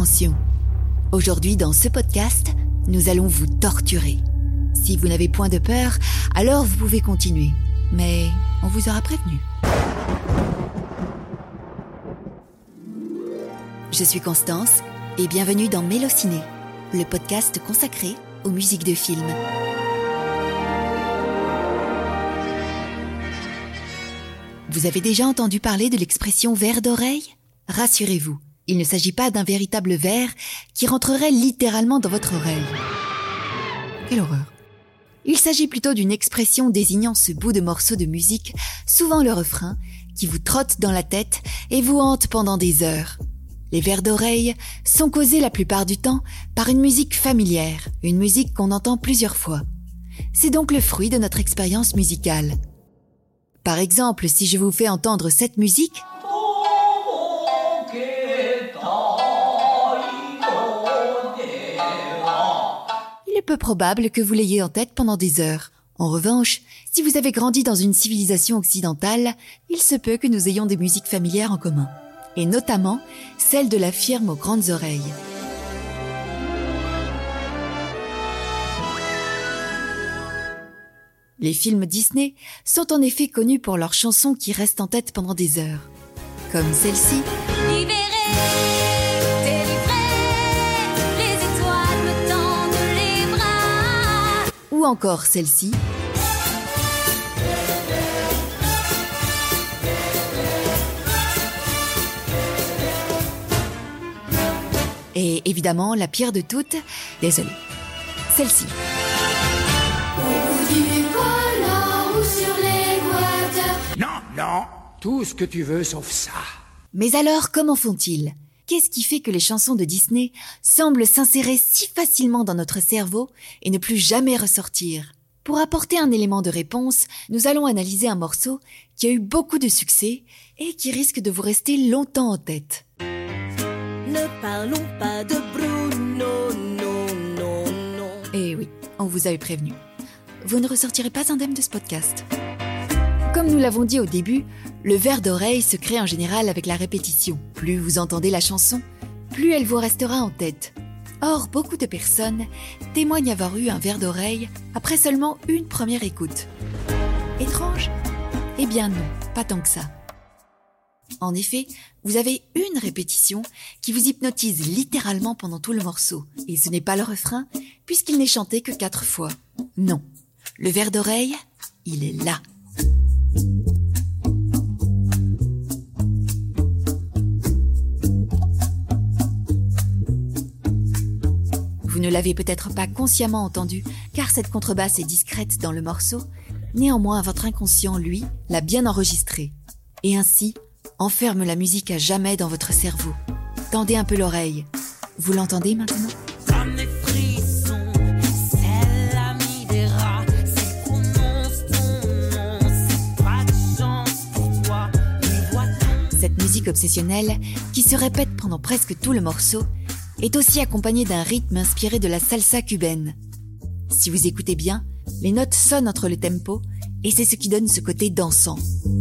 Attention, aujourd'hui dans ce podcast, nous allons vous torturer. Si vous n'avez point de peur, alors vous pouvez continuer. Mais on vous aura prévenu. Je suis Constance et bienvenue dans Mélociné, le podcast consacré aux musiques de films. Vous avez déjà entendu parler de l'expression verre d'oreille ? Rassurez-vous, il ne s'agit pas d'un véritable verre qui rentrerait littéralement dans votre oreille. Quelle horreur ! Il s'agit plutôt d'une expression désignant ce bout de morceau de musique, souvent le refrain, qui vous trotte dans la tête et vous hante pendant des heures. Les verres d'oreille sont causés la plupart du temps par une musique familière, une musique qu'on entend plusieurs fois. C'est donc le fruit de notre expérience musicale. Par exemple, si je vous fais entendre cette musique, il est peu probable que vous l'ayez en tête pendant des heures. En revanche, si vous avez grandi dans une civilisation occidentale, il se peut que nous ayons des musiques familières en commun. Et notamment celle de la firme aux grandes oreilles. Les films Disney sont en effet connus pour leurs chansons qui restent en tête pendant des heures. Comme celle-ci. Libéré, délivré, les étoiles me tendent les bras. Ou encore celle-ci. Et évidemment, la pire de toutes, désolée, celle-ci. Du pôle ou sur l'équateur. Non, tout ce que tu veux sauf ça. Mais alors, comment font-ils ? Qu'est-ce qui fait que les chansons de Disney semblent s'insérer si facilement dans notre cerveau et ne plus jamais ressortir ? Pour apporter un élément de réponse, nous allons analyser un morceau qui a eu beaucoup de succès et qui risque de vous rester longtemps en tête. Ne parlons pas de Bruno, non. Eh oui, on vous avait prévenu. Vous ne ressortirez pas indemne de ce podcast. Comme nous l'avons dit au début, le verre d'oreille se crée en général avec la répétition. Plus vous entendez la chanson, plus elle vous restera en tête. Or, beaucoup de personnes témoignent avoir eu un verre d'oreille après seulement une première écoute. Étrange ? Eh bien non, pas tant que ça. En effet, vous avez une répétition qui vous hypnotise littéralement pendant tout le morceau. Et ce n'est pas le refrain, puisqu'il n'est chanté que 4 fois. Non. Le verre d'oreille, il est là. Vous ne l'avez peut-être pas consciemment entendu, car cette contrebasse est discrète dans le morceau. Néanmoins, votre inconscient, lui, l'a bien enregistré. Et ainsi, enferme la musique à jamais dans votre cerveau. Tendez un peu l'oreille. Vous l'entendez maintenant ? Comme des frissons, c'est l'ami des rats. S'il prononce ton nom, c'est pas de chance pour toi. Les voit-on. Cette musique obsessionnelle, qui se répète pendant presque tout le morceau, est aussi accompagnée d'un rythme inspiré de la salsa cubaine. Si vous écoutez bien, les notes sonnent entre le tempo, et c'est ce qui donne ce côté dansant.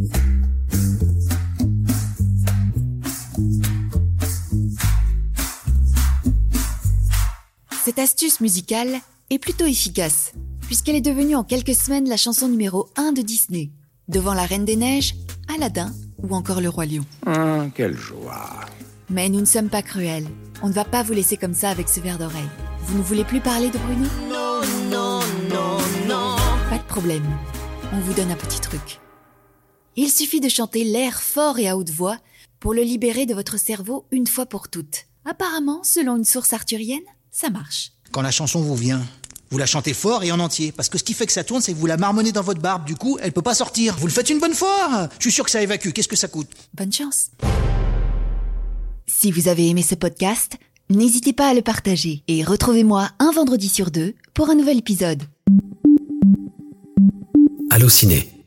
Cette astuce musicale est plutôt efficace, puisqu'elle est devenue en quelques semaines la chanson numéro 1 de Disney, devant La Reine des Neiges, Aladdin ou encore Le Roi Lion. Quelle joie. Mais nous ne sommes pas cruels. On ne va pas vous laisser comme ça avec ce verre d'oreille. Vous ne voulez plus parler de Bruno ? Non. Pas de problème. On vous donne un petit truc. Il suffit de chanter l'air fort et à haute voix pour le libérer de votre cerveau une fois pour toutes. Apparemment, selon une source arthurienne, ça marche. Quand la chanson vous vient, vous la chantez fort et en entier. Parce que ce qui fait que ça tourne, c'est que vous la marmonnez dans votre barbe. Du coup, elle peut pas sortir. Vous le faites une bonne fois. Je suis sûr que ça évacue. Qu'est-ce que ça coûte ? Bonne chance. Si vous avez aimé ce podcast, n'hésitez pas à le partager et retrouvez-moi un vendredi sur 2 pour un nouvel épisode. Allociné.